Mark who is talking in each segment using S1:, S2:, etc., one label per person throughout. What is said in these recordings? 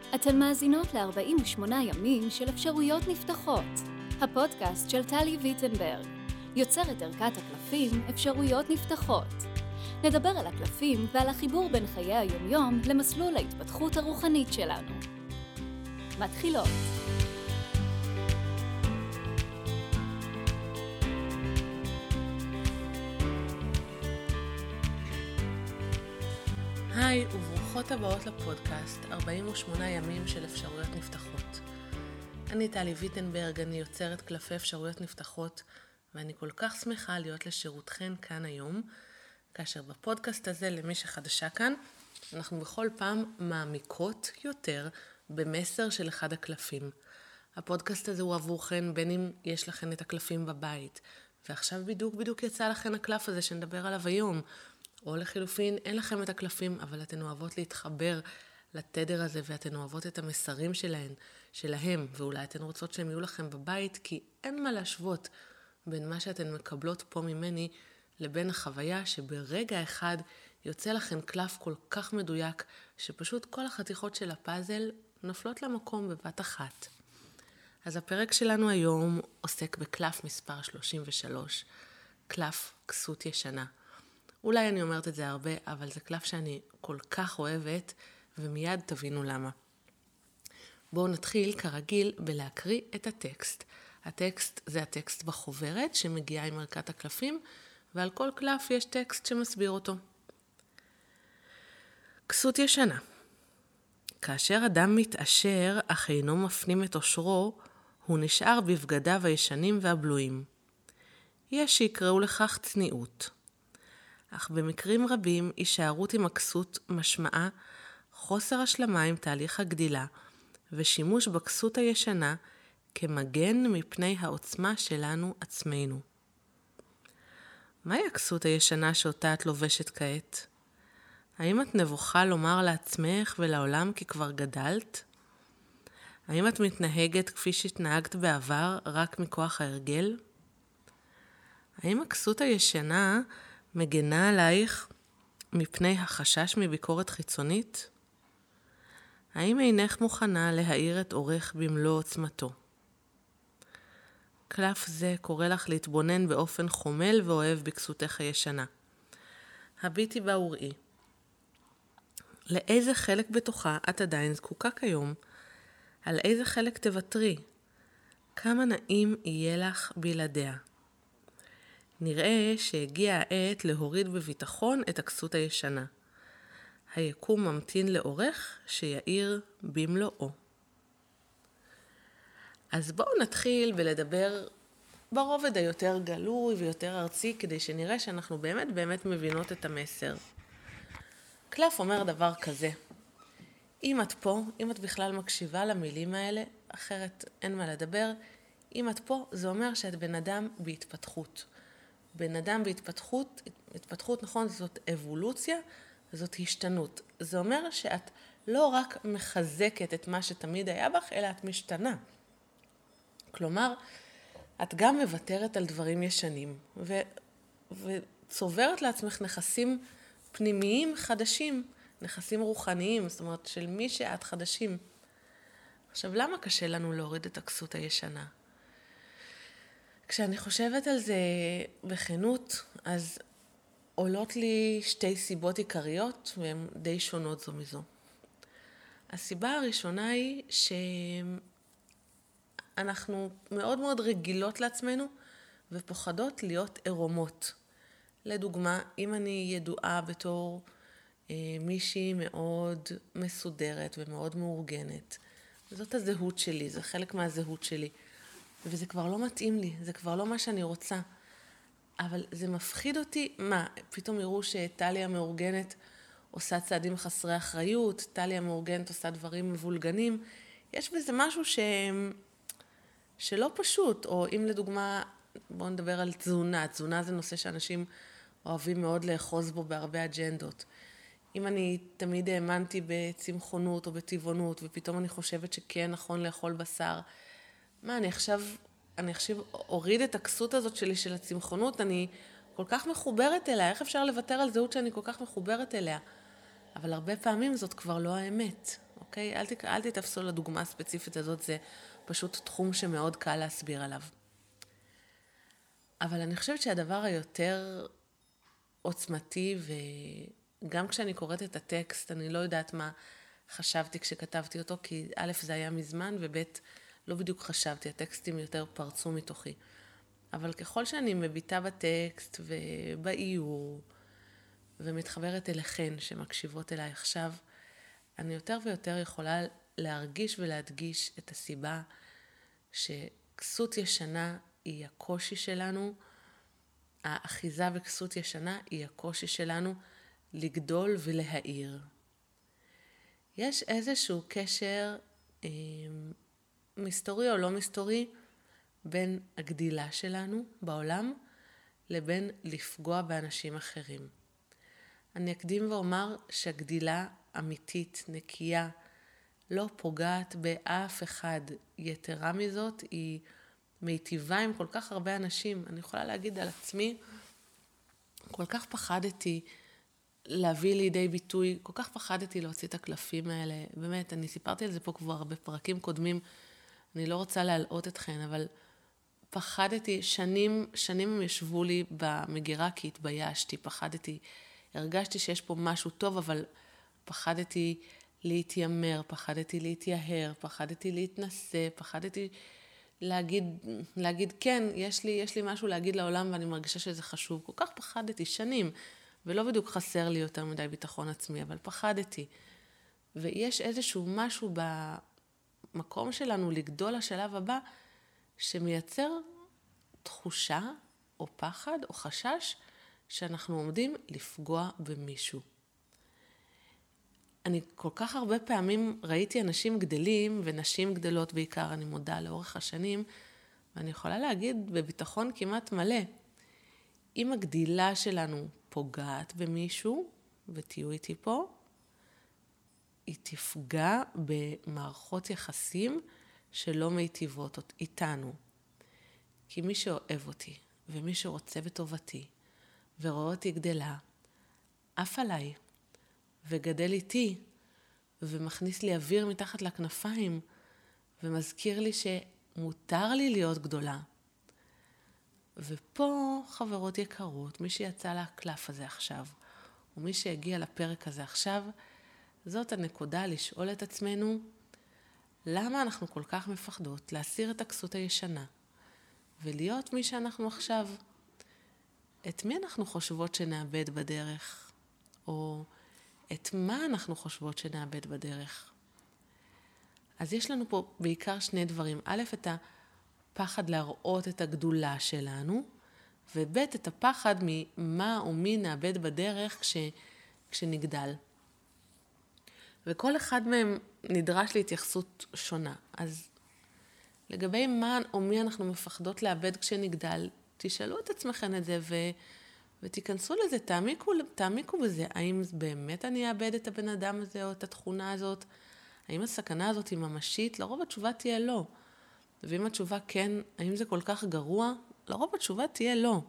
S1: אתן מאזינות ל-48 ימים של אפשרויות נפתחות, הפודקאסט של טלי ויטנברג, יוצרת ערכת הקלפים אפשרויות נפתחות. נדבר על הקלפים ועל החיבור בין חיי היומיום למסלול ההתפתחות הרוחנית שלנו. מתחילות.
S2: היי וברוכות הבאות לפודקאסט 48 ימים של אפשרויות נפתחות. אני טלי ויטנברג, אני יוצרת קלפי אפשרויות נפתחות, ואני כל כך שמחה להיות לשירותכן כאן היום, כאשר בפודקאסט הזה, למי שחדשה כאן, אנחנו בכל פעם מעמיקות יותר במסר של אחד הקלפים. הפודקאסט הזה הוא עבורכן בין אם יש לכן את הקלפים בבית, ועכשיו בדיוק יצא לכן הקלף הזה שנדבר עליו היום, או לחילופין, אין לכם את הקלפים, אבל אתן אוהבות להתחבר לתדר הזה, ואתן אוהבות את המסרים שלהם, ואולי אתן רוצות שהם יהיו לכם בבית, כי אין מה להשוות בין מה שאתן מקבלות פה ממני, לבין החוויה שברגע אחד יוצא לכם קלף כל כך מדויק, שפשוט כל החתיכות של הפאזל נופלות למקום בבת אחת. אז הפרק שלנו היום עוסק בקלף מספר 33, קלף כסות ישנה. אולי אני אומרת את זה הרבה, אבל זה קלף שאני כל כך אוהבת, ומיד תבינו למה. בואו נתחיל כרגיל בלהקריא את הטקסט. הטקסט זה הטקסט בחוברת שמגיעה עם ערכת הקלפים, ועל כל קלף יש טקסט שמסביר אותו. כסות ישנה. כאשר אדם מתעשר אך אינו מפנים את עושרו, הוא נשאר בבגדיו הישנים והבלויים. יש שיקראו לכך צניעות. אך במקרים רבים הישארות עם הכסות משמעה חוסר השלמה עם תהליך הגדילה ושימוש בכסות הישנה כמגן מפני העוצמה שלנו עצמנו. מהי הכסות הישנה שאותה את לובשת כעת? האם את נבוכה לומר לעצמך ולעולם כי כבר גדלת? האם את מתנהגת כפי שהתנהגת בעבר רק מכוח ההרגל? האם הכסות הישנה מגנה עלייך מפני החשש מביקורת חיצונית? האם אינך מוכנה להאיר את אורך במלוא עוצמתו? קלף זה קורא לך להתבונן באופן חומל ואוהב בכסותך הישנה. הביטי בה וראי. לאיזה חלק בתוכה את עדיין זקוקה כיום? על איזה חלק תוותרי? כמה נעים יהיה לך בלעדיה? נראה שהגיעה העת להוריד בביטחון את הכסות הישנה. היקום ממתין לאורך שיעיר במלואו. אז בואו נתחיל בלדבר ברובד היותר גלוי ויותר ארצי, כדי שנראה שאנחנו באמת מבינות את המסר. קלף אומר דבר כזה: אם את פה, אם את בכלל מקשיבה למילים האלה, אחרת אין מה לדבר, אם את פה, זה אומר שאת בן אדם בהתפתחות. בן אדם בהתפתחות, התפתחות נכון, זאת אבולוציה, זאת השתנות. זה אומר שאת לא רק מחזקת את מה שתמיד היה בך, אלא את משתנה. כלומר, את גם מוותרת על דברים ישנים, וצוברת לעצמך נכסים פנימיים חדשים, נכסים רוחניים, זאת אומרת של מי שאת חדשים. עכשיו, למה קשה לנו להוריד את הכסות הישנה? כשאני חושבת על זה בכנות, אז עולות לי שתי סיבות עיקריות, והן די שונות זו מזו. הסיבה הראשונה היא שאנחנו מאוד רגילות לעצמנו, ופוחדות להיות עירומות. לדוגמה, אם אני ידועה בתור מישהי מאוד מסודרת ומאוד מאורגנת, זאת הזהות שלי, זה חלק מהזהות שלי. וזה כבר לא מתאים לי, זה כבר לא מה שאני רוצה. אבל זה מפחיד אותי, מה, פתאום יראו שטלי המאורגנת עושה צעדים חסרי אחריות, טלי המאורגנת עושה דברים מבולגנים. יש בזה משהו שלא פשוט, או אם לדוגמה, בואו נדבר על תזונה. תזונה זה נושא שאנשים אוהבים מאוד לאחוז בו בהרבה אג'נדות. אם אני תמיד האמנתי בצמחונות או בטבעונות, ופתאום אני חושבת שכן נכון לאכול בשר, מה, אני עכשיו אוריד את הכסות הזאת שלי של הצמחונות, אני כל כך מחוברת אליה, איך אפשר לוותר על זהות שאני כל כך מחוברת אליה? אבל הרבה פעמים זאת כבר לא האמת. אוקיי? אל תתפסו לדוגמה הספציפית הזאת, זה פשוט תחום שמאוד קל להסביר עליו. אבל אני חושבת שהדבר היותר עוצמתי, וגם כשאני קוראת את הטקסט, אני לא יודעת מה חשבתי כשכתבתי אותו, כי א' זה היה מזמן, וב' לא בדיוק חשבתי, הטקסטים יותר פרצו מתוכי. אבל ככל שאני מביטה בטקסט ובאיור, ומתחברת אליכן שמקשיבות אליי עכשיו, אני יותר ויותר יכולה להרגיש ולהדגיש את הסיבה שכסות ישנה היא הקושי שלנו, האחיזה בכסות ישנה היא הקושי שלנו לגדול ולהאיר. יש איזשהו קשר מסתורי או לא מסתורי בין הגדילה שלנו בעולם לבין לפגוע באנשים אחרים. אני אקדים ואומר שהגדילה אמיתית, נקייה, לא פוגעת באף אחד. יתרה מזאת, היא מיטיבה עם כל כך הרבה אנשים. אני יכולה להגיד על עצמי, כל כך פחדתי להביא לידי ביטוי, כל כך פחדתי להוציא את הקלפים האלה. באמת, אני סיפרתי על זה פה כבר בפרקים קודמים, אני לא רוצה להלאות אתכן, אבל פחדתי, שנים הם ישבו לי במגירה כי התביישתי, פחדתי, הרגשתי שיש פה משהו טוב, אבל פחדתי להתיימר, פחדתי להתייהר, פחדתי להתנסה, פחדתי להגיד כן, יש לי משהו להגיד לעולם ואני מרגישה שזה חשוב. כל כך פחדתי שנים, ולא בדיוק חסר לי יותר מדי ביטחון עצמי, אבל פחדתי. ויש איזשהו משהו במקום שלנו לגדול לשלב הבא, שמייצר תחושה או פחד או חשש שאנחנו עומדים לפגוע במישהו. אני כל כך הרבה פעמים ראיתי אנשים גדלים ונשים גדלות בעיקר, אני מודה לאורך השנים, ואני יכולה להגיד בביטחון כמעט מלא, אם הגדילה שלנו פוגעת במישהו, ותהיו איתי פה, היא תפגע במערכות יחסים שלא מיטיבות איתנו. כי מי שאוהב אותי, ומי שרוצה בטובתי, ורואה אותי גדלה, עף עליי, וגדל איתי, ומכניס לי אוויר מתחת לכנפיים, ומזכיר לי שמותר לי להיות גדולה. ופה, חברות יקרות, מי שיצא לקלף הזה עכשיו, ומי שהגיע לפרק הזה עכשיו, זאת הנקודה לשאול את עצמנו, למה אנחנו כל כך מפחדות להסיר את הכסות הישנה, ולהיות מי שאנחנו עכשיו? את מי אנחנו חושבות שנאבד בדרך? או את מה אנחנו חושבות שנאבד בדרך? אז יש לנו פה בעיקר שני דברים. א', את הפחד להראות את הגדולה שלנו, וב', את הפחד ממה או מי נאבד בדרך כשנגדל. וכל אחד מהם נדרש להתייחסות שונה. אז לגבי מה או מי אנחנו מפחדות לאבד כשנגדל, תשאלו את עצמכם את זה ותיכנסו לזה, תעמיקו בזה. האם באמת אני אאבד את הבן אדם הזה או את התכונה הזאת? האם הסכנה הזאת היא ממשית? לרוב התשובה תהיה לא. ואם התשובה כן, האם זה כל כך גרוע? לרוב התשובה תהיה לא.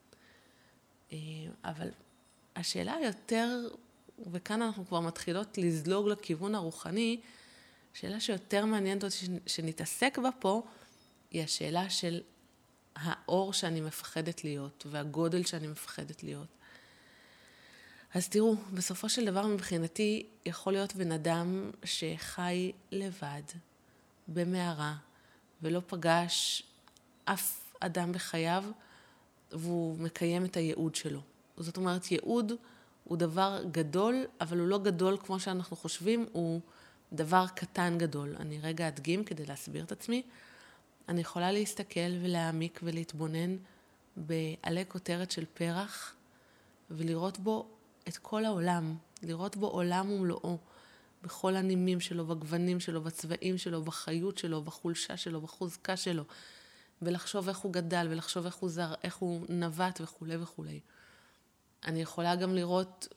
S2: אבל השאלה היותר, וכאן אנחנו כבר מתחילות לזלוג לכיוון הרוחני, השאלה שיותר מעניינת אותי שנתעסק בה פה, היא השאלה של האור שאני מפחדת להיות, והגודל שאני מפחדת להיות. אז תראו, בסופו של דבר מבחינתי יכול להיות בן אדם שחי לבד, במערה, ולא פגש אף אדם בחייו, והוא מקיים את הייעוד שלו. זאת אומרת, ייעוד הוא דבר גדול, אבל הוא לא גדול כמו שאנחנו חושבים, הוא דבר קטן גדול. אני רגע אדגים כדי להסביר את עצמי. אני יכולה להסתכל ולהעמיק ולהתבונן בעלי כותרת של פרח, ולראות בו את כל העולם, לראות בו עולם ומלואו, בכל הנימים שלו, בגוונים שלו, בצבעים שלו, בחיות שלו, בחולשה שלו, בחוזקה שלו, ולחשוב איך הוא גדל, ולחשוב איך הוא נווט וכו' וכו'. אני יכולה גם לראות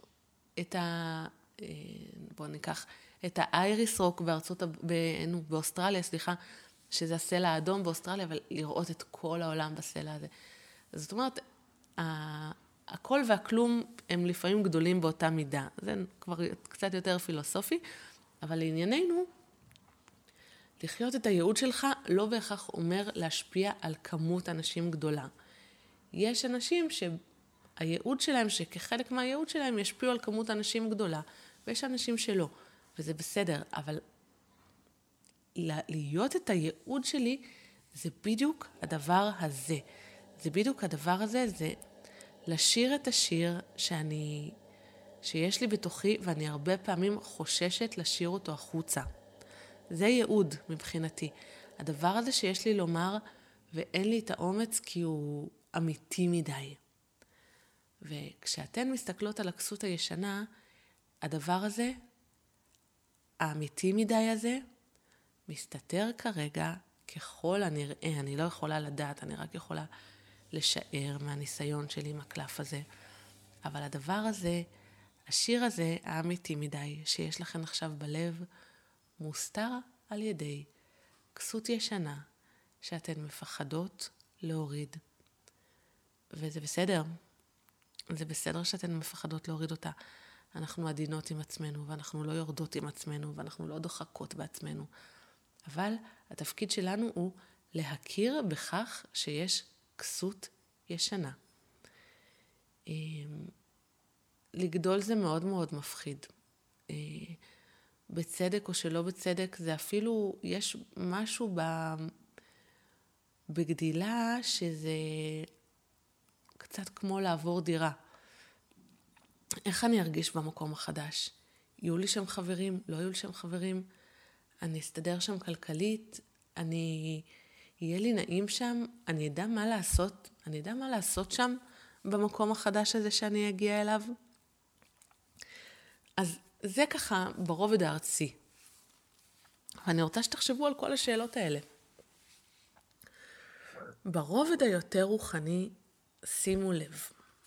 S2: בואו ניקח, את האייריס רוק באוסטרליה, שזה הסלע האדום באוסטרליה, אבל לראות את כל העולם בסלע הזה. זאת אומרת, הכל והכלום הם לפעמים גדולים באותה מידה. זה כבר קצת יותר פילוסופי, אבל לענייננו, לחיות את הייעוד שלך לא בהכרח אומר להשפיע על כמות אנשים גדולה. יש אנשים שהייעוד שלהם, שכחלק מהייעוד שלהם ישפיעו על כמות אנשים גדולה, ויש אנשים שלא, וזה בסדר, אבל להיות את הייעוד שלי, זה בדיוק הדבר הזה. זה בדיוק הדבר הזה, זה לשיר את השיר שיש לי בתוכי, ואני הרבה פעמים חוששת לשיר אותו החוצה. זה ייעוד מבחינתי. הדבר הזה שיש לי לומר, ואין לי את האומץ כי הוא אמיתי מדי. וכשאתן מסתכלות על הכסות הישנה, הדבר הזה, האמיתי מדי הזה, מסתתר כרגע ככל הנראה. אני לא יכולה לדעת, אני רק יכולה לשער מהניסיון שלי עם הקלף הזה. אבל הדבר הזה, השיר הזה, האמיתי מדי, שיש לכן עכשיו בלב, מוסתר על ידי כסות ישנה שאתן מפחדות להוריד. וזה בסדר. זה בסדר שאתן מפחדות להוריד אותה. אנחנו עדינות עם עצמנו, ואנחנו לא יורדות עם עצמנו, ואנחנו לא דוחקות בעצמנו. אבל התפקיד שלנו הוא להכיר בכך שיש כסות ישנה. לגדול זה מאוד מאוד מפחיד. בצדק או שלא בצדק, זה אפילו, יש משהו בגדילה שזה קצת כמו לעבור דירה. איך אני ארגיש במקום החדש? יהיו לי שם חברים? לא יהיו לי שם חברים? אני אסתדר שם כלכלית? יהיה לי נעים שם? אני אדע מה לעשות? אני אדע מה לעשות שם במקום החדש הזה שאני אגיע אליו? אז זה ככה ברובד הארצי. ואני רוצה שתחשבו על כל השאלות האלה. ברובד היותר רוחני, שימו לב.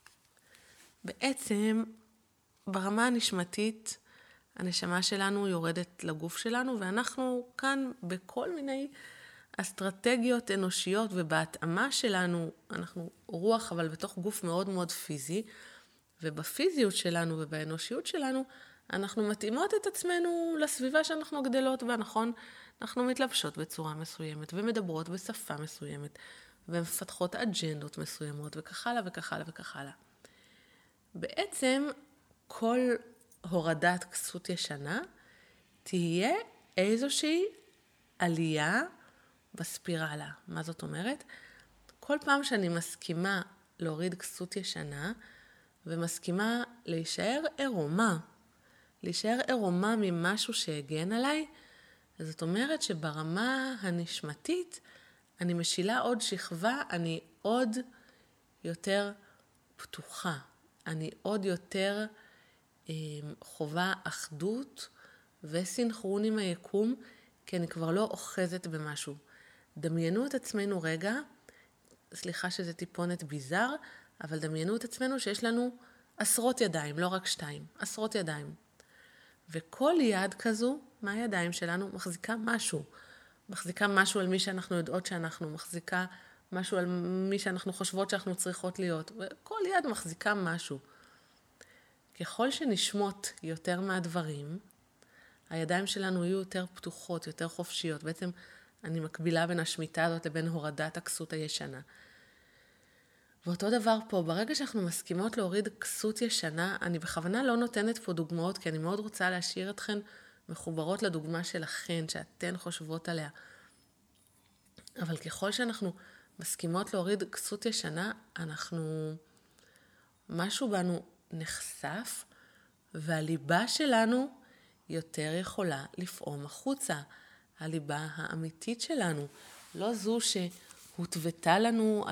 S2: בעצם, ברמה הנשמתית, הנשמה שלנו יורדת לגוף שלנו, ואנחנו כאן בכל מיני אסטרטגיות אנושיות, ובהתאמה שלנו, אנחנו רוח, אבל בתוך גוף מאוד מאוד פיזי, ובפיזיות שלנו ובאנושיות שלנו, אנחנו מתאימות את עצמנו לסביבה שאנחנו גדלות בה, נכון? אנחנו מתלבשות בצורה מסוימת, ומדברות בשפה מסוימת, ומפתחות אג'נדות מסוימות, וכך הלאה וכך הלאה וכך הלאה. בעצם כל הורדת כסות ישנה תהיה איזושהי עלייה בספירלה. מה זאת אומרת? כל פעם שאני מסכימה להוריד כסות ישנה, ומסכימה להישאר עירומה ממשהו שהגן עליי, זאת אומרת שברמה הנשמתית אני משילה עוד שכבה, אני עוד יותר פתוחה, אני עוד יותר חובה אחדות וסינכרון עם היקום, כי אני כבר לא אוחזת במשהו. דמיינו את עצמנו רגע, סליחה שזה טיפונת ביזר, אבל דמיינו את עצמנו שיש לנו 10 ידיים, לא רק 2, 10 ידיים. וכל יד כזו, מהידיים שלנו, מחזיקה משהו. מחזיקה משהו על מי שאנחנו יודעות שאנחנו, מחזיקה משהו על מי שאנחנו חושבות שאנחנו צריכות להיות. וכל יד מחזיקה משהו. ככל שנשמות יותר מהדברים, הידיים שלנו יהיו יותר פתוחות, יותר חופשיות. בעצם אני מקבילה בין השמיטה הזאת לבין הורדת הכסות הישנה. ואותו דבר פה, ברגע שאנחנו מסכימות להוריד כסות ישנה, אני בכוונה לא נותנת פה דוגמאות, כי אני מאוד רוצה להשאיר אתכן מחוברות לדוגמה שלכן, שאתן חושבות עליה. אבל ככל שאנחנו מסכימות להוריד כסות ישנה, משהו בנו נחשף, והליבה שלנו יותר יכולה לפעום החוצה. הליבה האמיתית שלנו, לא זו שהותוותה לנו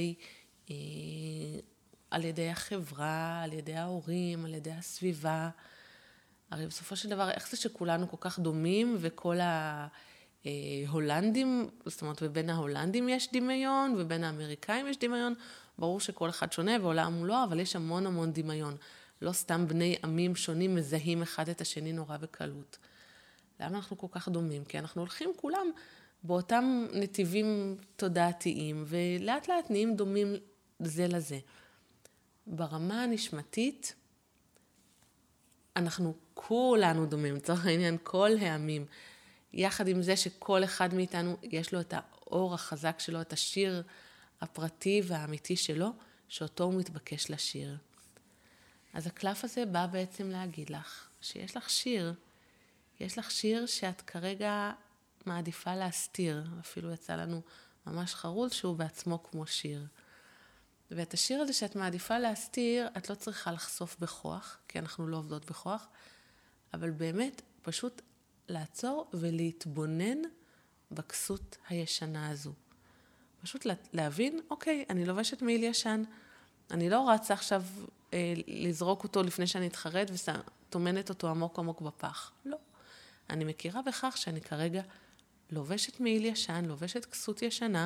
S2: על ידי החברה, על ידי ההורים, על ידי הסביבה. הרי בסופו של דבר, איך זה שכולנו כל כך דומים, וכל ההולנדים, זאת אומרת, ובין ההולנדים יש דמיון, ובין האמריקאים יש דמיון, ברור שכל אחד שונה ועולם הוא לא, אבל יש המון המון דמיון. לא סתם בני עמים שונים מזהים אחד את השני נורא בקלות. למה אנחנו כל כך דומים? כי אנחנו הולכים כולם באותם נתיבים תודעתיים, ולאט לאט נהיים דומים זה לזה. ברמה הנשמתית, אנחנו כולנו דומים, לצורך העניין כל העמים. יחד עם זה שכל אחד מאיתנו יש לו את האור החזק שלו, את השיר הפרטי והאמיתי שלו, שאותו הוא מתבקש לשיר. אז הקלף הזה בא בעצם להגיד לך שיש לך שיר, יש לך שיר שאת כרגע מעדיפה להסתיר, אפילו יצא לנו ממש חרוז שהוא בעצמו כמו שיר. ואת השיר הזה שאת מעדיפה להסתיר, את לא צריכה לחשוף בכוח, כי אנחנו לא עובדות בכוח, אבל באמת פשוט לעצור ולהתבונן בכסות הישנה הזו. פשוט להבין, אוקיי, אני לובשת מעיל ישן, אני לא רצה עכשיו לזרוק אותו לפני שאני אתחרט ותומנת אותו עמוק עמוק בפח. לא. אני מכירה בכך שאני כרגע לובשת מעיל ישן, לובשת כסות ישנה,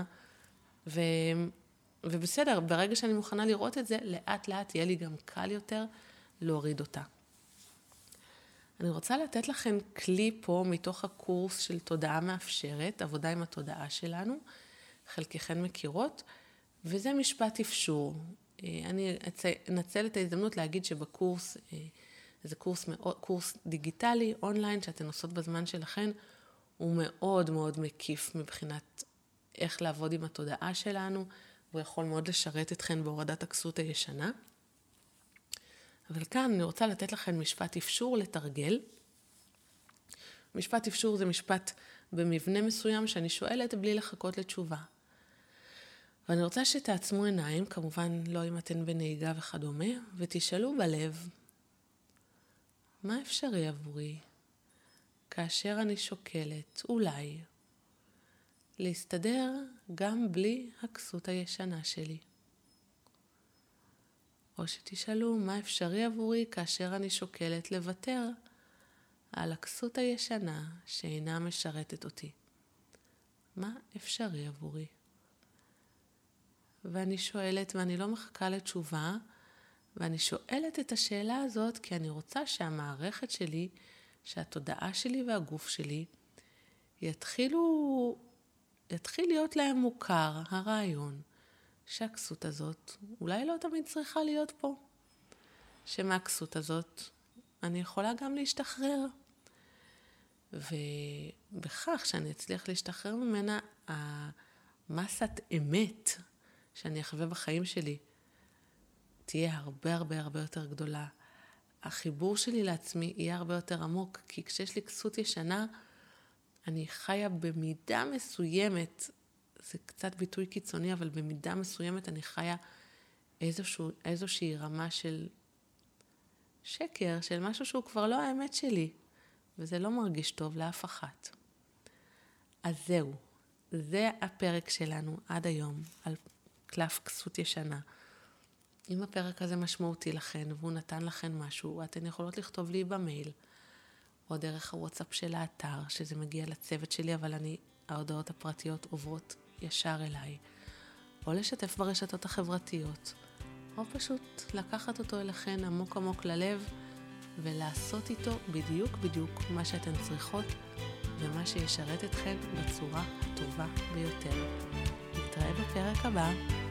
S2: ובסדר, ברגע שאני מוכנה לראות את זה, לאט לאט יהיה לי גם קל יותר להוריד אותה. אני רוצה לתת לכם כלי פה מתוך הקורס של תודעה מאפשרת, עבודה עם התודעה שלנו, חלקכן מכירות, וזה משפט אפשור. אני אנצל את ההזדמנות להגיד שבקורס, זה קורס דיגיטלי, אונליין, שאתן עושות בזמן שלכן, הוא מאוד מאוד מקיף מבחינת איך לעבוד עם התודעה שלנו, הוא יכול מאוד לשרת אתכן בהורדת הכסות הישנה. אבל כאן אני רוצה לתת לכם משפט אפשור לתרגל. משפט אפשור זה משפט במבנה מסוים שאני שואלת בלי לחכות לתשובה. ואני רוצה שתעצמו עיניים, כמובן לא אם אתן בנהיגה וכדומה, ותשאלו בלב, מה אפשרי עבורי כאשר אני שוקלת, אולי, להסתדר גם בלי הכסות הישנה שלי? או שתשאלו מה אפשרי עבורי כאשר אני שוקלת לוותר על הכסות הישנה שאינה משרתת אותי. מה אפשרי עבורי? ואני שואלת, ואני לא מחכה לתשובה, ואני שואלת את השאלה הזאת כי אני רוצה שהמערכת שלי, שהתודעה שלי והגוף שלי, יתחיל להיות להם מוכר, הרעיון, שהכסות הזאת אולי לא תמיד צריכה להיות פה. שמהכסות הזאת אני יכולה גם להשתחרר. ובכך שאני אצליח להשתחרר ממנה, המסת אמת שאני אחווה בחיים שלי תהיה הרבה הרבה הרבה יותר גדולה. החיבור שלי לעצמי יהיה הרבה יותר עמוק, כי כשיש לי כסות ישנה, אני חיה במידה מסוימת, זה קצת ביטוי קיצוני, אבל במידה מסוימת אני חיה איזושהי רמה של שקר, של משהו שהוא כבר לא האמת שלי, וזה לא מרגיש טוב לאף אחת. אז זהו, זה הפרק שלנו עד היום, על קלף כסות ישנה. אם הפרק הזה משמעותי לכן, והוא נתן לכן משהו, אתן יכולות לכתוב לי במייל, או דרך הוואטסאפ של האתר, שזה מגיע לצוות שלי, אבל ההודעות הפרטיות עוברות ישר אליי, או לשתף ברשתות החברתיות, או פשוט לקחת אותו אליכן עמוק עמוק ללב, ולעשות איתו בדיוק מה שאתן צריכות, ומה שישרת אתכן בצורה הטובה ביותר. נתראה בפרק הבא.